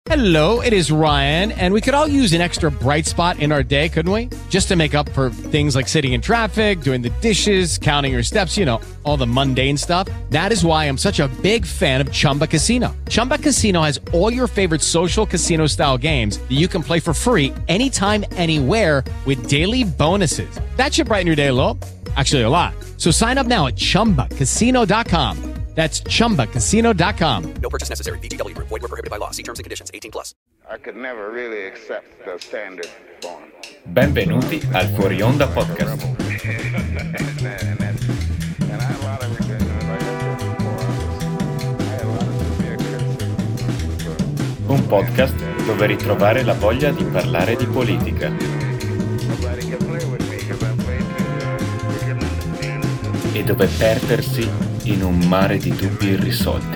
Hello, it is Ryan, and we could all use an extra bright spot in our day, couldn't we? Just to make up for things like sitting in traffic, doing the dishes, counting your steps, you know, all the mundane stuff. That is why I'm such a big fan of Chumba Casino. Chumba Casino has all your favorite social casino-style games that you can play for free anytime, anywhere with daily bonuses. That should brighten your day a little. Actually, a lot. So sign up now at ChumbaCasino.com. That's ChumbaCasino.com. No purchase necessary. VGW Group. Void where prohibited by law. See terms and conditions. 18+. I could never really accept the standard form. Benvenuti al Fuori Onda Podcast. Un podcast dove ritrovare la voglia di parlare di politica. E dove perdersi in un mare di dubbi irrisolti.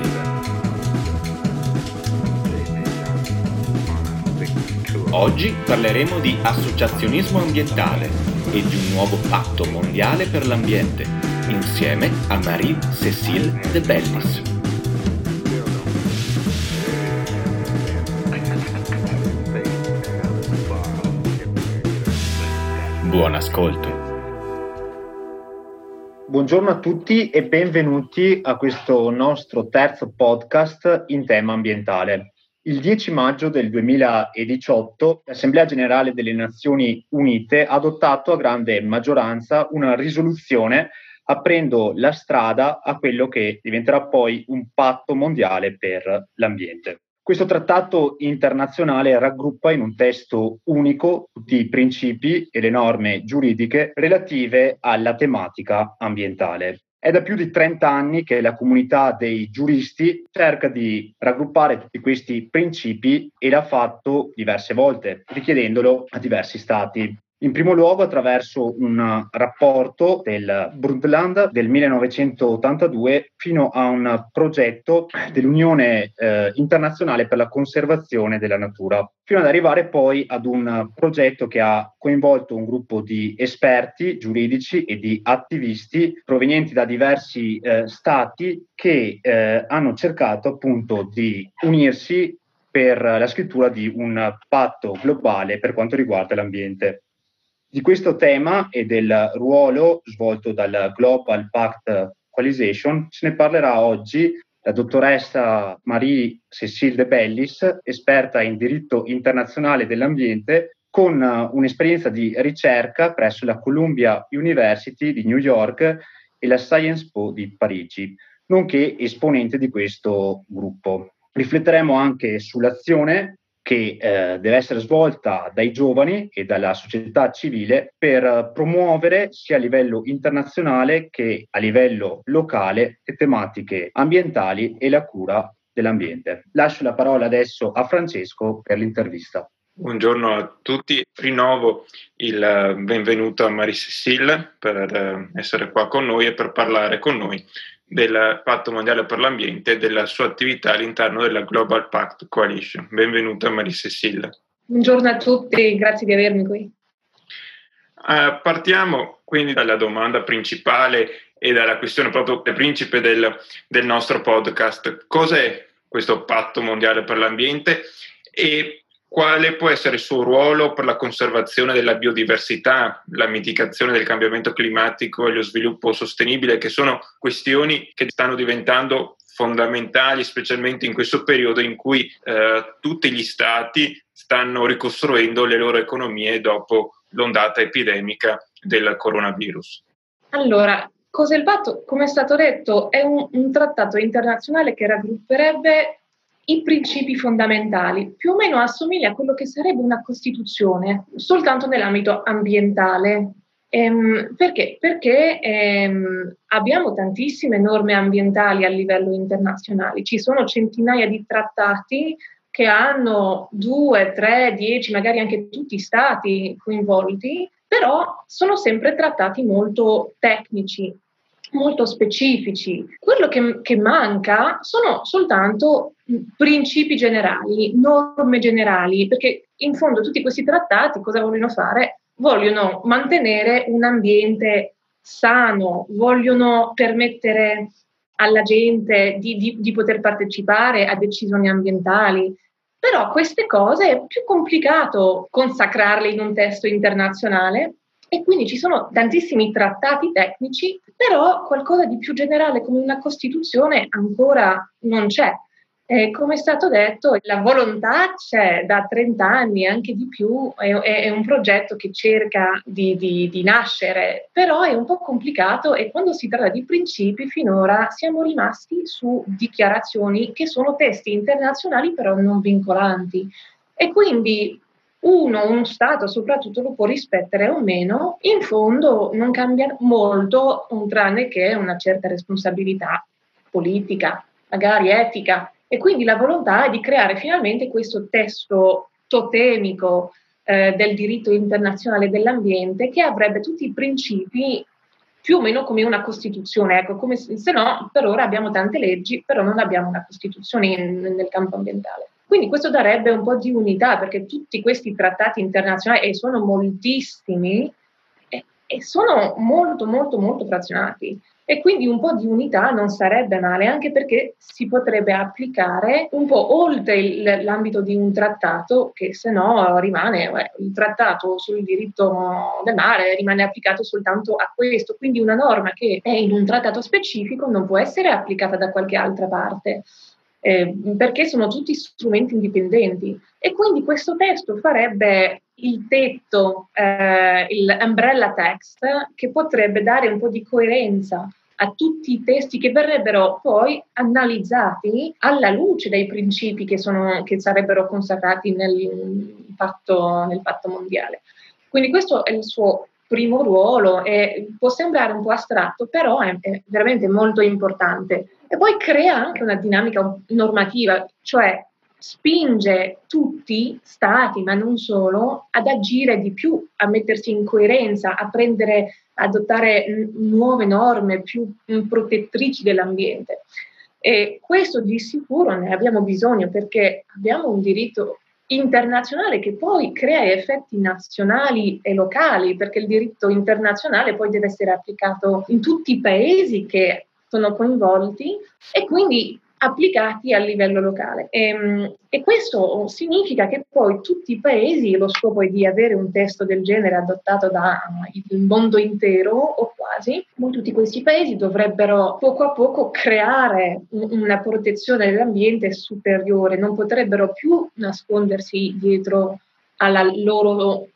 Oggi parleremo di associazionismo ambientale e di un nuovo patto mondiale per l'ambiente, insieme a Marie-Cécile de Bellis. Buon ascolto. Buongiorno a tutti e benvenuti a questo nostro terzo podcast in tema ambientale. Il 10 maggio del 2018 l'Assemblea Generale delle Nazioni Unite ha adottato a grande maggioranza una risoluzione aprendo la strada a quello che diventerà poi un patto mondiale per l'ambiente. Questo trattato internazionale raggruppa in un testo unico tutti i principi e le norme giuridiche relative alla tematica ambientale. È da più di 30 anni che la comunità dei giuristi cerca di raggruppare tutti questi principi e l'ha fatto diverse volte, richiedendolo a diversi stati. In primo luogo attraverso un rapporto del Brundtland del 1982 fino a un progetto dell'Unione Internazionale per la Conservazione della Natura, fino ad arrivare poi ad un progetto che ha coinvolto un gruppo di esperti giuridici e di attivisti provenienti da diversi stati che hanno cercato appunto di unirsi per la scrittura di un patto globale per quanto riguarda l'ambiente. Di questo tema e del ruolo svolto dal Global Pact Coalition ce ne parlerà oggi la dottoressa Marie-Cécile de Bellis, esperta in diritto internazionale dell'ambiente, con un'esperienza di ricerca presso la Columbia University di New York e la Sciences Po di Parigi, nonché esponente di questo gruppo. Rifletteremo anche sull'azione che deve essere svolta dai giovani e dalla società civile per promuovere sia a livello internazionale che a livello locale le tematiche ambientali e la cura dell'ambiente. Lascio la parola adesso a Francesco per l'intervista. Buongiorno a tutti, rinnovo il benvenuto a Marie-Cécile per essere qua con noi e per parlare con noi del Patto Mondiale per l'Ambiente e della sua attività all'interno della Global Pact Coalition. Benvenuta Marie-Cécile. Buongiorno a tutti, grazie di avermi qui. Partiamo quindi dalla domanda principale e dalla questione proprio principe del nostro podcast. Cos'è questo Patto Mondiale per l'Ambiente e quale può essere il suo ruolo per la conservazione della biodiversità, la mitigazione del cambiamento climatico e lo sviluppo sostenibile, che sono questioni che stanno diventando fondamentali, specialmente in questo periodo in cui tutti gli stati stanno ricostruendo le loro economie dopo l'ondata epidemica del coronavirus. Allora, cos'è il patto? Come è stato detto, è un trattato internazionale che raggrupperebbe i principi fondamentali, più o meno assomiglia a quello che sarebbe una Costituzione, soltanto nell'ambito ambientale. Perché? Perché abbiamo tantissime norme ambientali a livello internazionale, ci sono centinaia di trattati che hanno 2, 3, 10, magari anche tutti i stati coinvolti, però sono sempre trattati molto tecnici, molto specifici. Quello che manca sono soltanto principi generali, norme generali, perché in fondo tutti questi trattati cosa vogliono fare? Vogliono mantenere un ambiente sano, vogliono permettere alla gente di poter partecipare a decisioni ambientali, Però queste cose è più complicato consacrarle in un testo internazionale e quindi ci sono tantissimi trattati tecnici, però qualcosa di più generale come una Costituzione ancora non c'è. Come è stato detto, la volontà c'è da 30 anni, anche di più, è un progetto che cerca di nascere, però è un po' complicato e quando si tratta di principi finora siamo rimasti su dichiarazioni che sono testi internazionali però non vincolanti. E quindi uno Stato soprattutto lo può rispettare o meno, in fondo non cambia molto, tranne che una certa responsabilità politica, magari etica. E quindi la volontà è di creare finalmente questo testo totemico del diritto internazionale dell'ambiente che avrebbe tutti i principi più o meno come una Costituzione, ecco, come se no per ora abbiamo tante leggi, però non abbiamo una Costituzione nel campo ambientale. Quindi questo darebbe un po' di unità, perché tutti questi trattati internazionali, e sono moltissimi, e sono molto, molto, molto frazionati. E quindi un po' di unità non sarebbe male, anche perché si potrebbe applicare un po' oltre l'ambito di un trattato, che se no rimane, il trattato sul diritto del mare rimane applicato soltanto a questo, quindi una norma che è in un trattato specifico non può essere applicata da qualche altra parte. Perché sono tutti strumenti indipendenti e quindi questo testo farebbe il tetto, l'umbrella text, che potrebbe dare un po' di coerenza a tutti i testi che verrebbero poi analizzati alla luce dei principi che sarebbero consacrati nel patto mondiale. Quindi questo è il suo primo ruolo e può sembrare un po' astratto, però è veramente molto importante. E poi crea anche una dinamica normativa, cioè spinge tutti, stati, ma non solo, ad agire di più, a mettersi in coerenza, a adottare nuove norme più protettrici dell'ambiente. E questo di sicuro ne abbiamo bisogno perché abbiamo un diritto internazionale che poi crea effetti nazionali e locali, perché il diritto internazionale poi deve essere applicato in tutti i paesi che sono coinvolti e quindi applicati a livello locale. E questo significa che poi tutti i paesi, lo scopo è di avere un testo del genere adottato dal mondo intero o quasi, tutti questi paesi dovrebbero poco a poco creare una protezione dell'ambiente superiore, non potrebbero più nascondersi dietro alla loro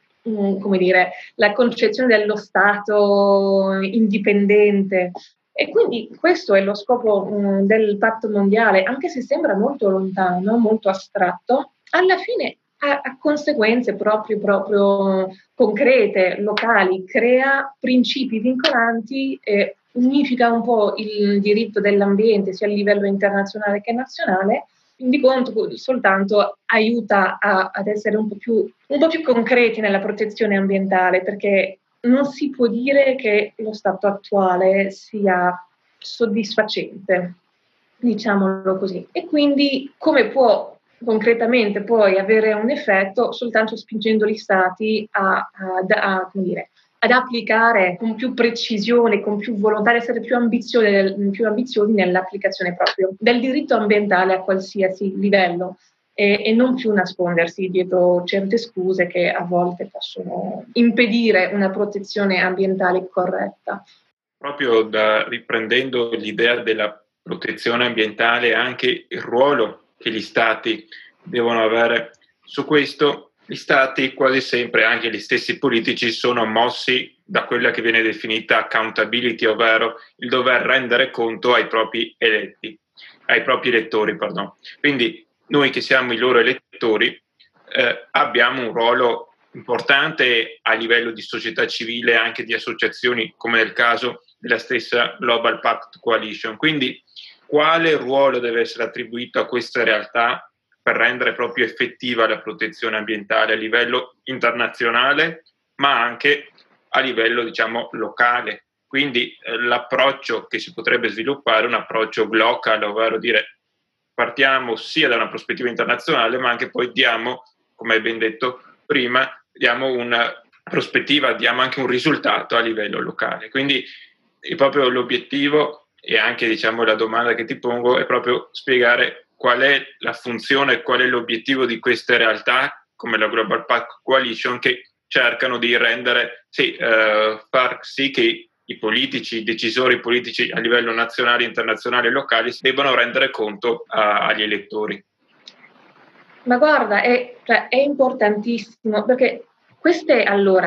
la concezione dello Stato indipendente. E quindi questo è lo scopo del patto mondiale, anche se sembra molto lontano, molto astratto, alla fine ha conseguenze proprio concrete, locali, crea principi vincolanti e unifica un po' il diritto dell'ambiente sia a livello internazionale che nazionale, quindi conto soltanto aiuta ad essere un po' più concreti nella protezione ambientale, perché non si può dire che lo stato attuale sia soddisfacente, diciamolo così. E quindi come può concretamente poi avere un effetto soltanto spingendo gli stati ad applicare con più precisione, con più volontà, essere più ambiziosi nell'applicazione proprio del diritto ambientale a qualsiasi livello. E non più nascondersi dietro certe scuse che a volte possono impedire una protezione ambientale corretta. Proprio riprendendo l'idea della protezione ambientale, anche il ruolo che gli Stati devono avere su questo, gli Stati quasi sempre, anche gli stessi politici, sono mossi da quella che viene definita accountability, ovvero il dover rendere conto ai propri elettori. Quindi noi che siamo i loro elettori abbiamo un ruolo importante a livello di società civile, anche di associazioni come nel caso della stessa Global Pact Coalition. Quindi quale ruolo deve essere attribuito a questa realtà per rendere proprio effettiva la protezione ambientale a livello internazionale, ma anche a livello locale? Quindi l'approccio che si potrebbe sviluppare è un approccio global, ovvero dire partiamo sia da una prospettiva internazionale, ma anche poi diamo, come hai ben detto prima, diamo una prospettiva, diamo anche un risultato a livello locale. Quindi è proprio l'obiettivo e anche la domanda che ti pongo è proprio spiegare qual è la funzione, qual è l'obiettivo di queste realtà come la Global Pact Coalition, che cercano di far sì che i politici, i decisori politici a livello nazionale, internazionale e locale debbano rendere conto agli elettori. Ma guarda, è importantissimo, perché queste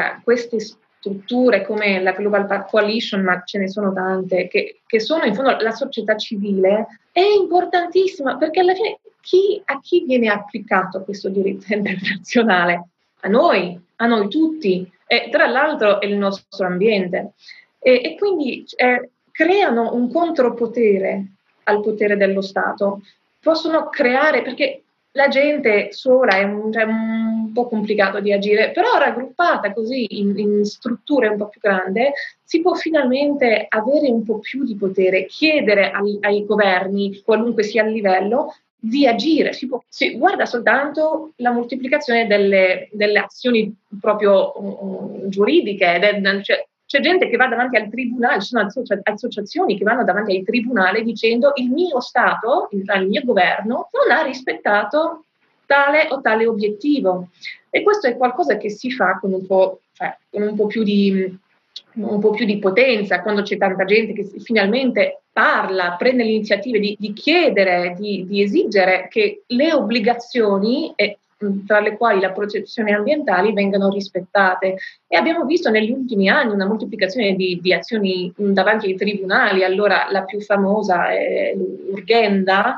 strutture come la Global Pact Coalition, ma ce ne sono tante, che sono in fondo la società civile, è importantissima, perché alla fine a chi viene applicato questo diritto internazionale? A noi tutti, e tra l'altro è il nostro ambiente. E quindi creano un contropotere al potere dello Stato. Possono creare, perché la gente sola è un po' complicato di agire, però raggruppata così in strutture un po' più grandi si può finalmente avere un po' più di potere, chiedere ai governi, qualunque sia il livello, di agire. Guarda soltanto la moltiplicazione delle azioni proprio giuridiche, c'è gente che va davanti al tribunale, ci sono associazioni che vanno davanti ai tribunali dicendo il mio Stato, il mio governo, non ha rispettato tale o tale obiettivo. E questo è qualcosa che si fa con un po' più di potenza, quando c'è tanta gente che finalmente parla, prende l'iniziativa di chiedere, di esigere che le obbligazioni, tra le quali la protezione ambientale, vengano rispettate. E abbiamo visto negli ultimi anni una moltiplicazione di azioni davanti ai tribunali. Allora la più famosa è Urgenda,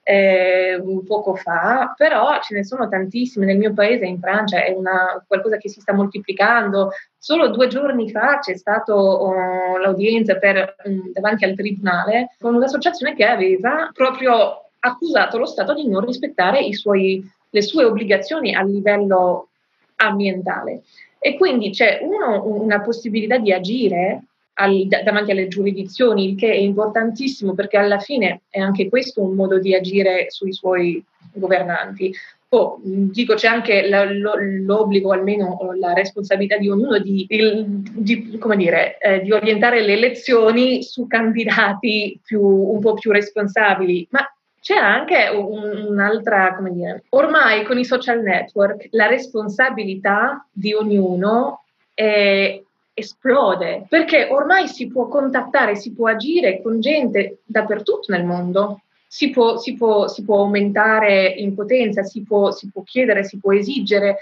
poco fa, però ce ne sono tantissime. Nel mio paese, in Francia, è qualcosa che si sta moltiplicando. Solo 2 giorni fa c'è stata l'udienza davanti al tribunale con un'associazione che aveva proprio accusato lo Stato di non rispettare le sue obbligazioni a livello ambientale. E quindi c'è una possibilità di agire davanti alle giurisdizioni, il che è importantissimo, perché alla fine è anche questo un modo di agire sui suoi governanti. C'è anche l'obbligo, almeno la responsabilità di ognuno di orientare le elezioni su candidati un po' più responsabili, ma c'è anche un'altra, ormai con i social network la responsabilità di ognuno esplode, perché ormai si può contattare, si può agire con gente dappertutto nel mondo, si può aumentare in potenza, si può chiedere, si può esigere,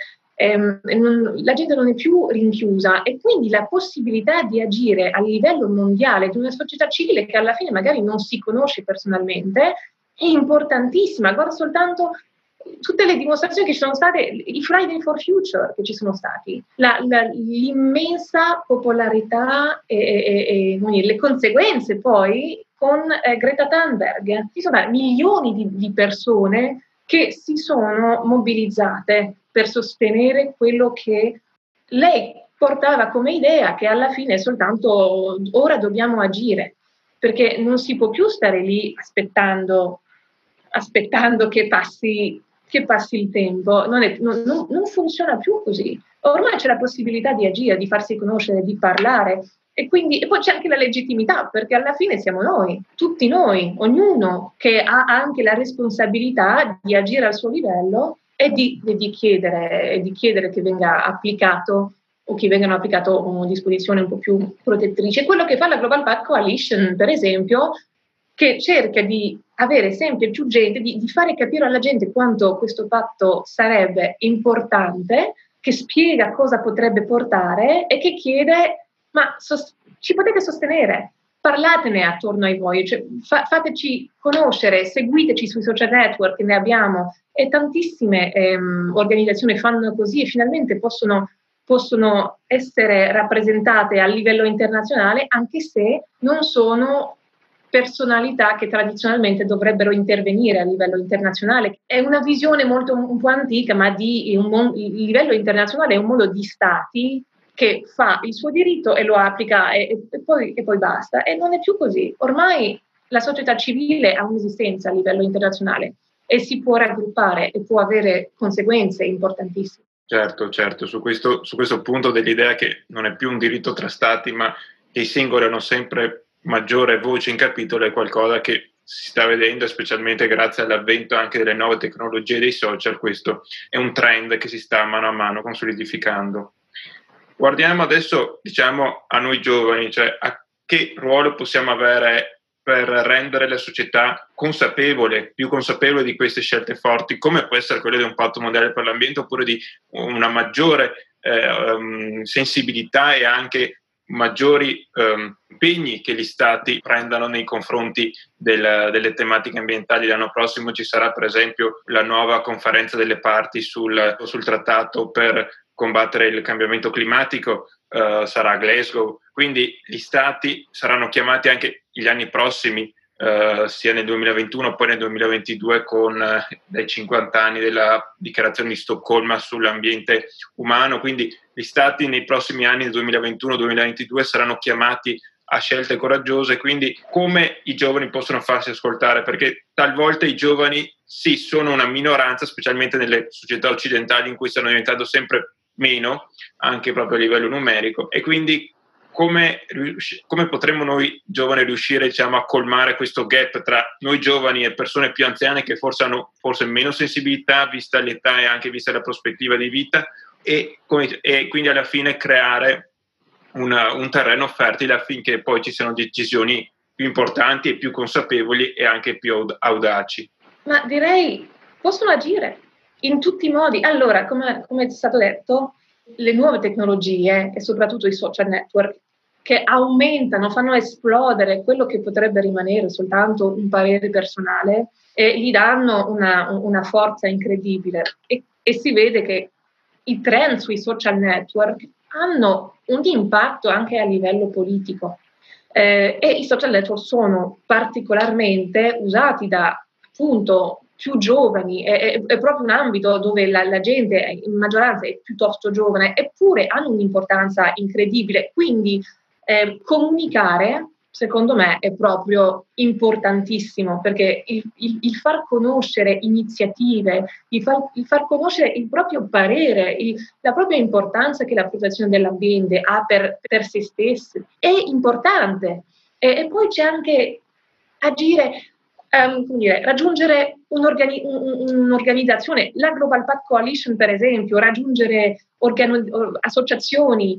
la gente non è più rinchiusa, e quindi la possibilità di agire a livello mondiale di una società civile che alla fine magari non si conosce personalmente è importantissima. Guarda soltanto tutte le dimostrazioni che ci sono state, i Friday for Future che ci sono stati, l'immensa popolarità e le conseguenze poi con Greta Thunberg. Ci sono milioni di persone che si sono mobilizzate per sostenere quello che lei portava come idea, che alla fine è soltanto ora dobbiamo agire, perché non si può più stare lì aspettando che passi il tempo. Non funziona più così. Ormai c'è la possibilità di agire, di farsi conoscere, di parlare, e poi c'è anche la legittimità, perché alla fine siamo noi, tutti noi, ognuno che ha anche la responsabilità di agire al suo livello e di chiedere che venga applicato, o che vengano applicate disposizioni un po' più protettrici. È quello che fa la Global Pact Coalition, per esempio, che cerca di avere sempre più gente, di fare capire alla gente quanto questo patto sarebbe importante, che spiega cosa potrebbe portare e che chiede: ma ci potete sostenere, parlatene attorno ai voi, cioè, fateci conoscere, seguiteci sui social network, ne abbiamo, e tantissime organizzazioni fanno così e finalmente possono essere rappresentate a livello internazionale, anche se non sono personalità che tradizionalmente dovrebbero intervenire a livello internazionale. È una visione un po' antica, ma il livello internazionale è un mondo di stati che fa il suo diritto e lo applica e poi basta. E non è più così. Ormai la società civile ha un'esistenza a livello internazionale e si può raggruppare e può avere conseguenze importantissime. Certo, su questo punto dell'idea che non è più un diritto tra stati, ma che i singoli hanno sempre maggiore voce in capitolo, è qualcosa che si sta vedendo, specialmente grazie all'avvento anche delle nuove tecnologie dei social. Questo è un trend che si sta mano a mano consolidificando. Guardiamo adesso, diciamo, a noi giovani, cioè a che ruolo possiamo avere per rendere la società consapevole, più consapevole di queste scelte forti, come può essere quella di un patto mondiale per l'ambiente, oppure di una maggiore sensibilità e anche maggiori impegni che gli stati prendano nei confronti delle tematiche ambientali. L'anno prossimo ci sarà per esempio la nuova conferenza delle parti sul trattato per combattere il cambiamento climatico, sarà a Glasgow, quindi gli stati saranno chiamati anche gli anni prossimi, sia nel 2021 poi nel 2022 con dai 50 anni della dichiarazione di Stoccolma sull'ambiente umano, quindi gli stati nei prossimi anni, nel 2021-2022, saranno chiamati a scelte coraggiose. Quindi come i giovani possono farsi ascoltare, perché talvolta i giovani sì, sono una minoranza, specialmente nelle società occidentali in cui stanno diventando sempre meno, anche proprio a livello numerico, e quindi come potremmo noi giovani riuscire, diciamo, a colmare questo gap tra noi giovani e persone più anziane che forse hanno meno sensibilità vista l'età e anche vista la prospettiva di vita, e quindi alla fine creare un terreno fertile affinché poi ci siano decisioni più importanti e più consapevoli e anche più audaci. Ma direi possono agire in tutti i modi. Allora, come è stato detto, le nuove tecnologie e soprattutto i social network che aumentano, fanno esplodere quello che potrebbe rimanere soltanto un parere personale e gli danno una forza incredibile. E si vede che i trend sui social network hanno un impatto anche a livello politico. E i social network sono particolarmente usati da appunto più giovani, è proprio un ambito dove la gente in maggioranza è piuttosto giovane, eppure hanno un'importanza incredibile. Quindi comunicare, secondo me, è proprio importantissimo, perché il far conoscere iniziative, il far conoscere il proprio parere, la propria importanza che la protezione dell'ambiente ha per se stessi è importante. E poi c'è anche agire, raggiungere un'organizzazione, la Global Pact Coalition per esempio, raggiungere associazioni,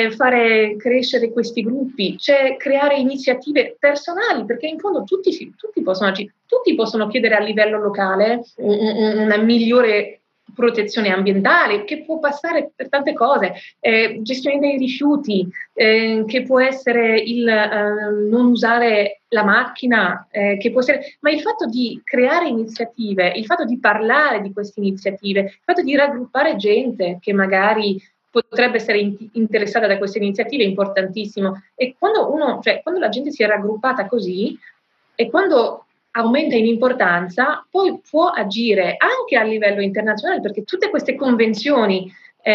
fare crescere questi gruppi, cioè creare iniziative personali, perché in fondo tutti possono agire, tutti possono chiedere a livello locale una migliore protezione ambientale, che può passare per tante cose, gestione dei rifiuti, che può essere il non usare la macchina, che può essere, ma il fatto di creare iniziative, il fatto di parlare di queste iniziative, il fatto di raggruppare gente che magari potrebbe essere interessata da queste iniziative è importantissimo. E quando la gente si è raggruppata così e quando aumenta in importanza, poi può agire anche a livello internazionale, perché tutte queste convenzioni,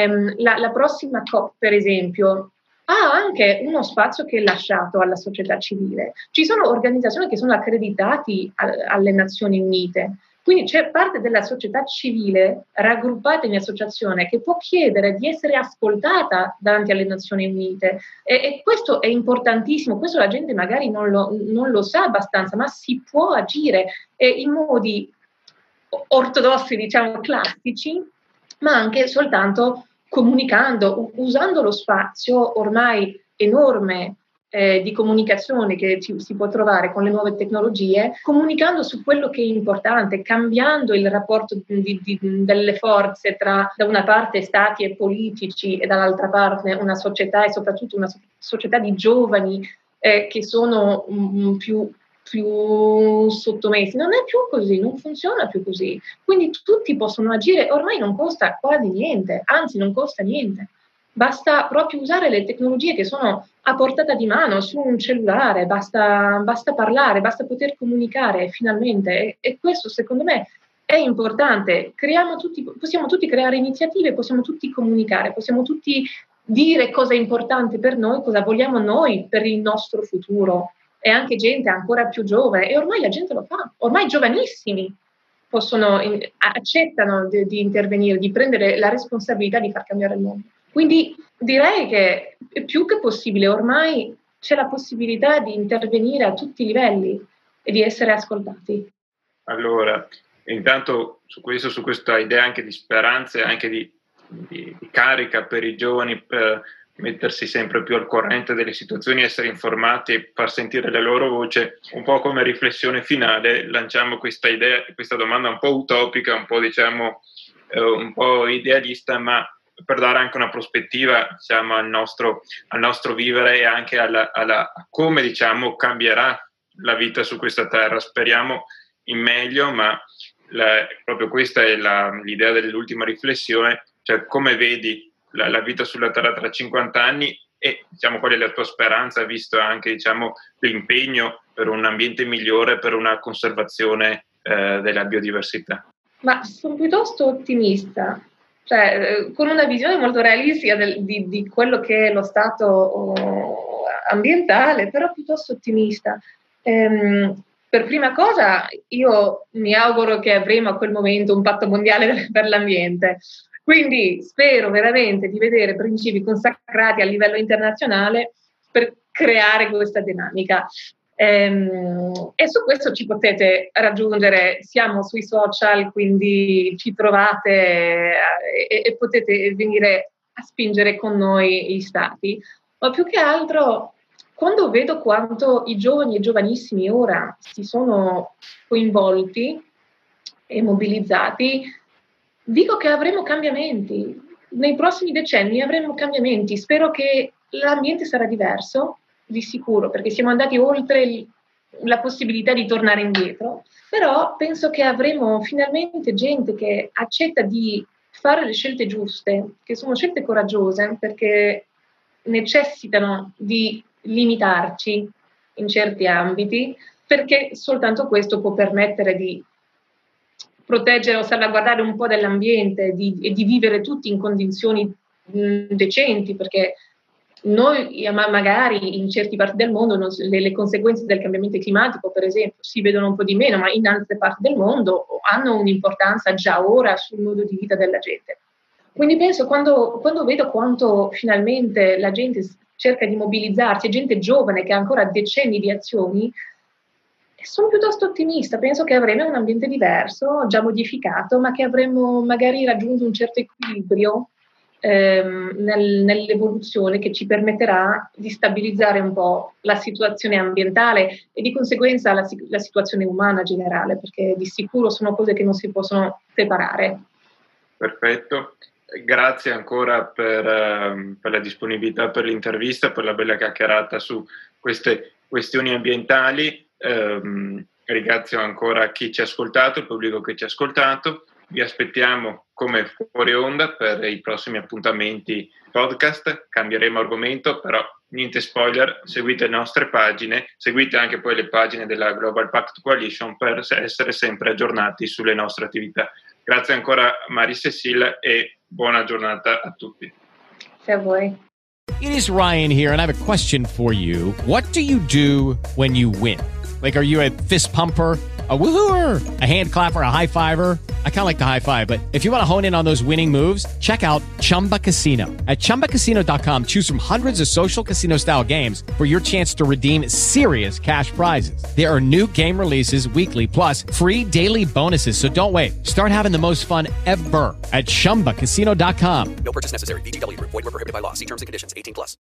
la prossima COP per esempio, ha anche uno spazio che è lasciato alla società civile. Ci sono organizzazioni che sono accreditati alle Nazioni Unite, quindi c'è parte della società civile raggruppata in associazione che può chiedere di essere ascoltata davanti alle Nazioni Unite, e questo è importantissimo. Questo la gente magari non lo sa abbastanza, ma si può agire in modi ortodossi, diciamo classici, ma anche soltanto comunicando, usando lo spazio ormai enorme di comunicazione che si può trovare con le nuove tecnologie, comunicando su quello che è importante, cambiando il rapporto delle forze tra da una parte stati e politici e dall'altra parte una società, e soprattutto una società di giovani che sono più sottomessi. Non è più così, non funziona più così. Quindi tutti possono agire, ormai non costa quasi niente, anzi non costa niente. Basta proprio usare le tecnologie che sono a portata di mano su un cellulare, basta parlare, basta poter comunicare finalmente, e questo secondo me è importante. Possiamo tutti creare iniziative, possiamo tutti comunicare, possiamo tutti dire cosa è importante per noi, cosa vogliamo noi per il nostro futuro, e anche gente ancora più giovane, e ormai la gente lo fa, ormai giovanissimi accettano di intervenire, di prendere la responsabilità di far cambiare il mondo. Quindi direi che più che possibile ormai c'è la possibilità di intervenire a tutti i livelli, e di essere ascoltati. Allora, intanto su questa idea anche di speranza e anche di carica per i giovani, per mettersi sempre più al corrente delle situazioni, essere informati e far sentire la loro voce, un po' come riflessione finale lanciamo questa idea, questa domanda un po' utopica, un po' diciamo un po' idealista, ma per dare anche una prospettiva, diciamo, al nostro vivere e anche a come, diciamo, cambierà la vita su questa terra. Speriamo in meglio, ma proprio questa è l'idea dell'ultima riflessione, cioè come vedi la vita sulla terra tra 50 anni e, diciamo, qual è la tua speranza, visto anche, diciamo, l'impegno per un ambiente migliore, per una conservazione della biodiversità. Ma sono piuttosto ottimista, cioè con una visione molto realistica di quello che è lo stato ambientale, però piuttosto ottimista. Per prima cosa io mi auguro che avremo a quel momento un patto mondiale per l'ambiente, quindi spero veramente di vedere principi consacrati a livello internazionale per creare questa dinamica. E su questo ci potete raggiungere, siamo sui social, quindi ci trovate e potete venire a spingere con noi gli stati, ma più che altro quando vedo quanto i giovani e giovanissimi ora si sono coinvolti e mobilizzati, dico che avremo cambiamenti, nei prossimi decenni avremo cambiamenti, spero che l'ambiente sarà diverso, di sicuro, perché siamo andati oltre la possibilità di tornare indietro, però penso che avremo finalmente gente che accetta di fare le scelte giuste, che sono scelte coraggiose, perché necessitano di limitarci in certi ambiti, perché soltanto questo può permettere di proteggere o salvaguardare un po' dell'ambiente e di vivere tutti in condizioni decenti, perché noi magari in certi parti del mondo le conseguenze del cambiamento climatico, per esempio, si vedono un po' di meno, ma in altre parti del mondo hanno un'importanza già ora sul modo di vita della gente. Quindi penso, quando vedo quanto finalmente la gente cerca di mobilizzarsi, gente giovane che ha ancora decenni di azioni, sono piuttosto ottimista, penso che avremo un ambiente diverso, già modificato, ma che avremo magari raggiunto un certo equilibrio nell'evoluzione che ci permetterà di stabilizzare un po' la situazione ambientale e di conseguenza la situazione umana generale, perché di sicuro sono cose che non si possono separare. Perfetto, grazie ancora per la disponibilità, per l'intervista, per la bella chiacchierata su queste questioni ambientali. Ringrazio ancora chi ci ha ascoltato, il pubblico che ci ha ascoltato. Vi aspettiamo come fuori onda per i prossimi appuntamenti podcast. Cambieremo argomento, però niente spoiler. Seguite le nostre pagine, seguite anche poi le pagine della Global Pact Coalition per essere sempre aggiornati sulle nostre attività. Grazie ancora Marie-Cécile e buona giornata a tutti. Grazie a voi. It is Ryan here, and I have a question for you. What do you do when you win? Like, are you a fist pumper, a woohooer, a hand clapper, a high fiver? I kind of like the high five, but if you want to hone in on those winning moves, check out Chumba Casino. At ChumbaCasino.com, choose from hundreds of social casino style games for your chance to redeem serious cash prizes. There are new game releases weekly, plus free daily bonuses. So don't wait. Start having the most fun ever at ChumbaCasino.com. No purchase necessary. VGW Group. Void where prohibited by law. See terms and conditions. 18+.